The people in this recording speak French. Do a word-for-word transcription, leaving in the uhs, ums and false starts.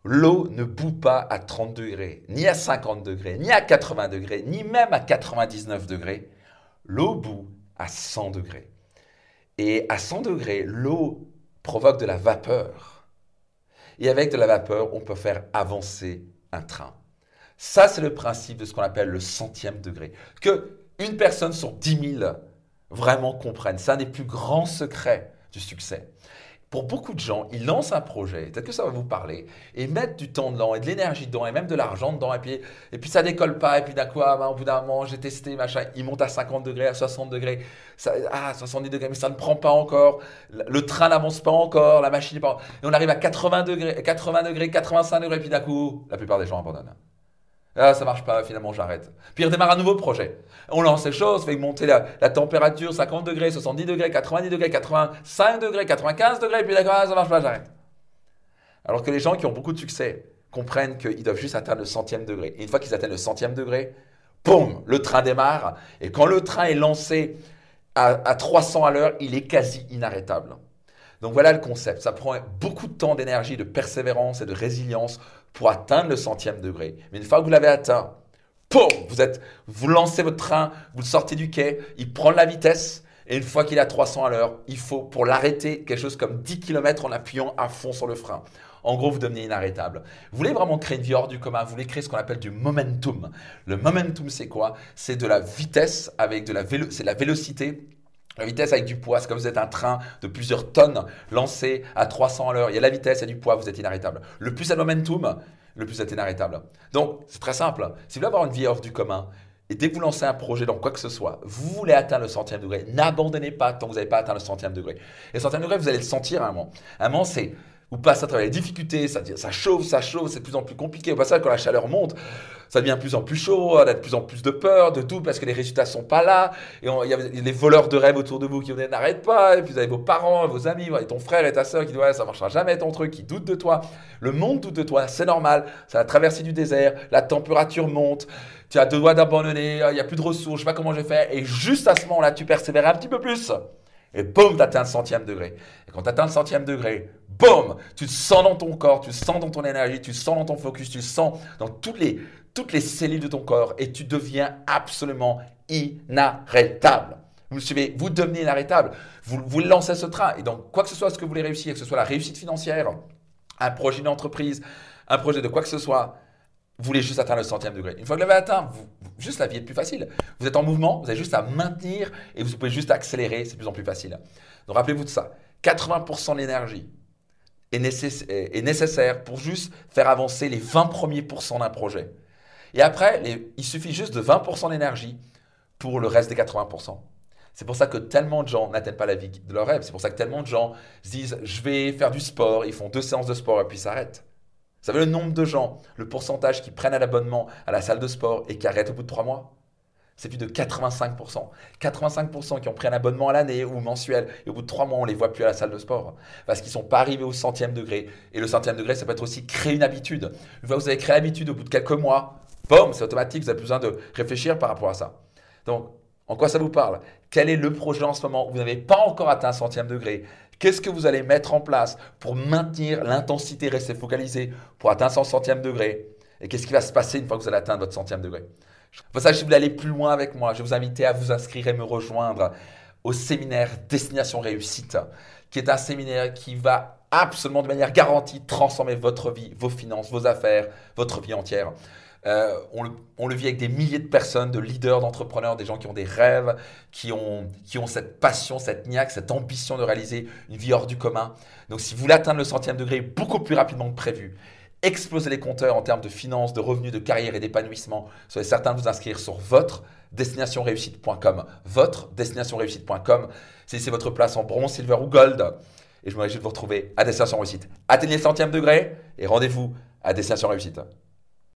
L'eau ne bout pas à trente degrés, ni à cinquante degrés, ni à quatre-vingts degrés, ni même à quatre-vingt-dix-neuf degrés. L'eau bout à cent degrés. Et à cent degrés, l'eau provoque de la vapeur. Et avec de la vapeur, on peut faire avancer un train. Ça, c'est le principe de ce qu'on appelle le centième degré. Que une personne sur dix mille vraiment comprenne. C'est un des plus grands secrets du succès. Pour beaucoup de gens, ils lancent un projet, peut-être que ça va vous parler, et mettent du temps dedans, et de l'énergie dedans, et même de l'argent dedans, et puis, et puis ça décolle pas, et puis d'un coup, ah, ben, au bout d'un moment, j'ai testé, machin, il monte à cinquante degrés, à soixante degrés, ça, ah, soixante-dix degrés, mais ça ne prend pas encore, le train n'avance pas encore, la machine n'est pas... Et on arrive à quatre-vingts degrés, quatre-vingts degrés, quatre-vingt-cinq degrés, et puis d'un coup, la plupart des gens abandonnent. Ah, ça marche pas, finalement j'arrête. Puis on redémarre un nouveau projet. On lance les choses, fait monter la, la température, cinquante degrés, soixante-dix degrés, quatre-vingt-dix degrés, quatre-vingt-cinq degrés, quatre-vingt-quinze degrés, et puis d'accord, ah, ça marche pas, j'arrête. Alors que les gens qui ont beaucoup de succès comprennent qu'ils doivent juste atteindre le centième degré. Et une fois qu'ils atteignent le centième degré, boum, le train démarre. Et quand le train est lancé à, à trois cents à l'heure, il est quasi inarrêtable. Donc voilà le concept. Ça prend beaucoup de temps, d'énergie, de persévérance et de résilience pour atteindre le centième degré. Mais une fois que vous l'avez atteint, poum, vous, êtes, vous lancez votre train, vous le sortez du quai, il prend de la vitesse. Et une fois qu'il est à trois cents à l'heure, il faut, pour l'arrêter, quelque chose comme dix kilomètres en appuyant à fond sur le frein. En gros, vous devenez inarrêtable. Vous voulez vraiment créer une vie hors du commun, vous voulez créer ce qu'on appelle du momentum. Le momentum, c'est quoi? C'est de la vitesse avec de la, vélo, c'est de la vélocité. La vitesse avec du poids, c'est comme vous êtes un train de plusieurs tonnes lancé à trois cents à l'heure. Il y a la vitesse, il y a du poids, vous êtes inarrêtable. Le plus il y a le momentum, le plus vous êtes inarrêtable. Donc, c'est très simple. Si vous voulez avoir une vie hors du commun, et dès que vous lancez un projet dans quoi que ce soit, vous voulez atteindre le centième degré, n'abandonnez pas tant que vous n'avez pas atteint le centième degré. Et le centième degré, vous allez le sentir à un moment. À un moment, c'est... Vous passez à travers les difficultés, ça, ça chauffe, ça chauffe, c'est de plus en plus compliqué. Au passage, quand la chaleur monte, ça devient de plus en plus chaud, on a de plus en plus de peur, de tout, parce que les résultats ne sont pas là. Et il y a les voleurs de rêves autour de vous qui n'arrêtent pas. Et puis vous avez vos parents, vos amis, et ton frère et ta soeur qui disent ouais, ça ne marchera jamais ton truc, qui doutent de toi. Le monde doute de toi, c'est normal. C'est la traversée du désert, la température monte, tu as deux doigts d'abandonner, il n'y a plus de ressources, je ne sais pas comment je vais faire. Et juste à ce moment-là, tu persévères un petit peu plus. Et boum, tu atteins le centième degré. Et quand tu atteins le centième degré, boum, tu te sens dans ton corps, tu te sens dans ton énergie, tu te sens dans ton focus, tu te sens dans toutes les, toutes les cellules de ton corps et tu deviens absolument inarrêtable. Vous me suivez? Vous devenez inarrêtable. Vous, vous lancez ce train. Et donc, quoi que ce soit ce que vous voulez réussir, que ce soit la réussite financière, un projet d'entreprise, un projet de quoi que ce soit, vous voulez juste atteindre le centième degré. Une fois que vous l'avez atteint, vous, juste la vie est plus facile. Vous êtes en mouvement, vous avez juste à maintenir et vous pouvez juste accélérer, c'est de plus en plus facile. Donc rappelez-vous de ça. quatre-vingts pour cent de l'énergie est, nécess- est nécessaire pour juste faire avancer les vingt premiers pourcents d'un projet. Et après, les, il suffit juste de vingt pour cent d'énergie pour le reste des quatre-vingts pour cent. C'est pour ça que tellement de gens n'atteignent pas la vie de leur rêve. C'est pour ça que tellement de gens se disent « je vais faire du sport », ils font deux séances de sport et puis s'arrêtent. Vous savez le nombre de gens, le pourcentage qui prennent un abonnement à la salle de sport et qui arrêtent au bout de trois mois? C'est plus de quatre-vingt-cinq pour cent. quatre-vingt-cinq pour cent qui ont pris un abonnement à l'année ou mensuel et au bout de trois mois, on ne les voit plus à la salle de sport parce qu'ils ne sont pas arrivés au centième degré. Et le centième degré, ça peut être aussi créer une habitude. Une fois que vous avez créé l'habitude au bout de quelques mois, boum, c'est automatique, vous avez besoin de réfléchir par rapport à ça. Donc, en quoi ça vous parle? Quel est le projet en ce moment où vous n'avez pas encore atteint un centième degré? Qu'est-ce que vous allez mettre en place pour maintenir l'intensité, rester focalisé pour atteindre son centième degré? Et qu'est-ce qui va se passer une fois que vous allez atteindre votre centième degré? Pour ça, si vous voulez aller plus loin avec moi, je vais vous inviter à vous inscrire et me rejoindre au séminaire Destination Réussite, qui est un séminaire qui va absolument de manière garantie transformer votre vie, vos finances, vos affaires, votre vie entière. Euh, on, le, on le vit avec des milliers de personnes, de leaders, d'entrepreneurs, des gens qui ont des rêves, qui ont, qui ont cette passion, cette niaque, cette ambition de réaliser une vie hors du commun. Donc si vous voulez atteindre le centième degré beaucoup plus rapidement que prévu, exploser les compteurs en termes de finances, de revenus, de carrière et d'épanouissement, soyez certain de vous inscrire sur votre destination réussite point com. votre destination réussite point com. C'est votre place en bronze, silver ou gold. Et je me réjouis de vous retrouver à Destination Réussite. Atteignez le centième degré et rendez-vous à Destination Réussite.